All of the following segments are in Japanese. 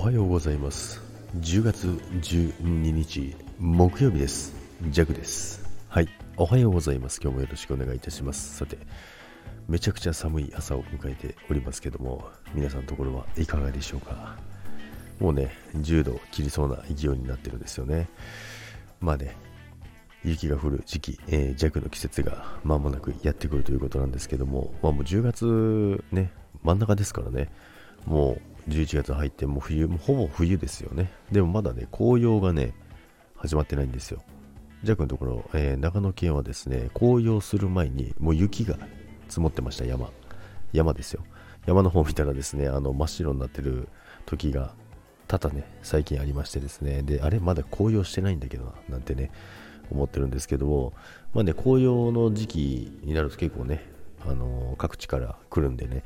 はようございます。10月12日木曜日です。ジャグです。はい、おはようございます。今日もよろしくお願いいたします。さて、めちゃくちゃ寒い朝を迎えておりますけども、皆さんのところはいかがでしょうか。もうね、10度切りそうな勢いになってるんですよね。まあね、雪が降る時期、弱の季節が間もなくやってくるということなんですけども、もう10月ね、真ん中ですからね、もう11月入ってもう冬、もうほぼ冬ですよね。でもまだね、紅葉がね、始まってないんですよ。弱のところ、長野県はですね、紅葉する前にもう雪が積もってました。山ですよ。山の方を見たらですね、真っ白になってる時が多々ね、最近ありましてですね、で、あれまだ紅葉してないんだけどな、なんてね、思ってるんですけども、まあね、紅葉の時期になると結構ね、各地から来るんでね、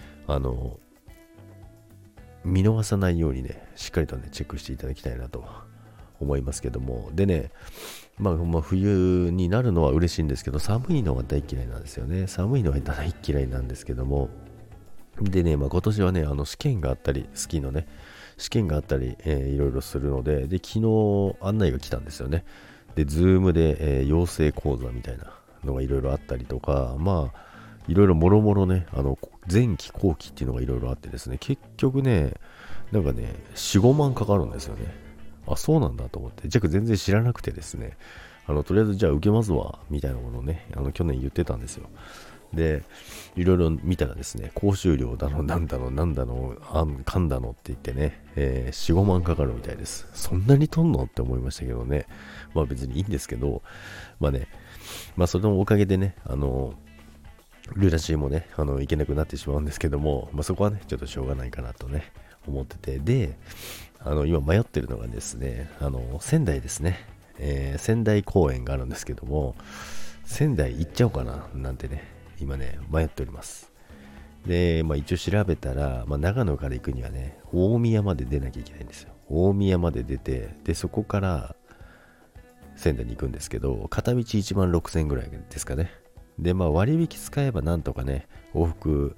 見逃さないようにね、しっかりとね、チェックしていただきたいなと思いますけども、でね、まあ冬になるのは嬉しいんですけど、寒いのが大嫌いなんですよね。寒いのは大嫌いなんですけども、でね、今年はね、試験があったり、スキーのね、試験があったり、いろいろするので、で、昨日案内が来たんですよね。で、ズームで、養成講座みたいなのがいろいろあったりとか、まあ、いろいろもろもろね、前期後期っていうのがいろいろあってですね、結局ね、なんかね、4、5万かかるんですよね。あ、そうなんだと思って、じゃあ全然知らなくてですね、とりあえずじゃあ受けますわ、みたいなものをね、去年言ってたんですよ。で、いろいろ見たらですね、講習料だの、なんだの、かんだのって言ってね、4、5万かかるみたいです。そんなに取んのって思いましたけどね。まあ別にいいんですけど、まあね、まあそれのおかげでね、ルーラシーもね、行けなくなってしまうんですけども、まあそこはね、ちょっとしょうがないかなとね、思ってて、で、今迷ってるのがですね、仙台ですね、仙台公園があるんですけども、仙台行っちゃおうかな、なんてね、今ね、迷っております。で、まあ一応調べたら、まあ長野から行くにはね、大宮まで出なきゃいけないんですよ。大宮まで出て、で、そこから仙台に行くんですけど、片道1万6000円ぐらいですかね。で、まあ割引使えばなんとかね、往復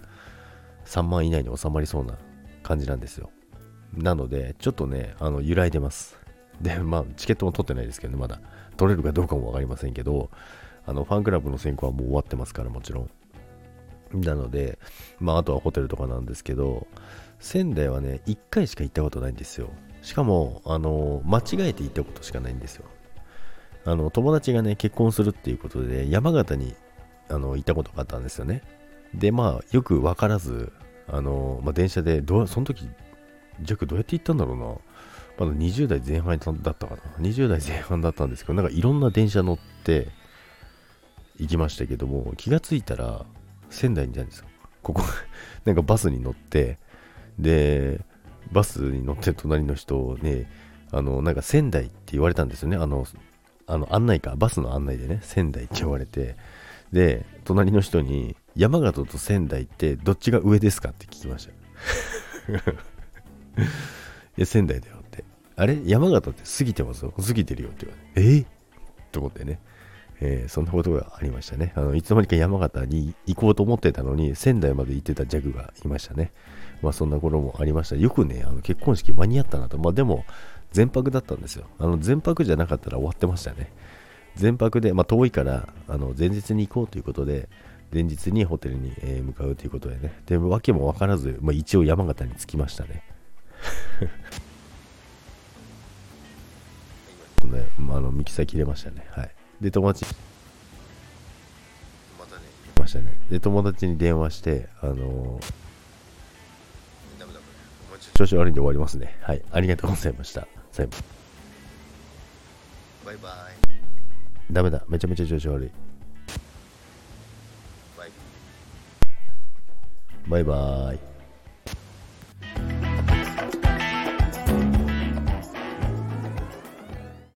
3万以内に収まりそうな感じなんですよ。なので、ちょっとね、揺らいでます。で、まあ、チケットも取ってないですけどね、まだ。取れるかどうかもわかりませんけど、ファンクラブの選考はもう終わってますから、もちろん。なので、まあ、あとはホテルとかなんですけど、仙台はね、1回しか行ったことないんですよ。しかも、間違えて行ったことしかないんですよ。友達がね、結婚するっていうことで、山形に行ったことがあったんですよね。で、まあ、よく分からず、まあ、電車でその時、ジャックどうやって行ったんだろうな。まだ20代前半だったかな。20代前半だったんですけど、なんかいろんな電車乗って行きましたけども、気がついたら仙台にいたんですよ。ここ、なんかバスに乗って、で、バスに乗って隣の人ね、なんか仙台って言われたんですよね。案内か、バスの案内でね、仙台って言われて、で、隣の人に、山形と仙台ってどっちが上ですかって聞きました。いや、仙台だよって。あれ山形って過ぎてますよ。過ぎてるよって言われて。と思ってね。そんなことがありましたね。いつの間にか山形に行こうと思ってたのに、仙台まで行ってたジャグがいましたね。まあそんな頃もありました。よくね、結婚式間に合ったなと。まあでも、全泊だったんですよ。全泊じゃなかったら終わってましたね。全泊で、まあ遠いから、前日に行こうということで、前日にホテルに、向かうということでね。で、わけもわからず、まあ一応山形に着きましたね。ね、ミキサー切れましたね。はい。で、友達、またね、来ましたね。で、友達に電話して、ダメ調子悪いんで終わりますね。はい。ありがとうございました。バイバイ。ダメだ。めちゃめちゃ調子悪い。バイバイ。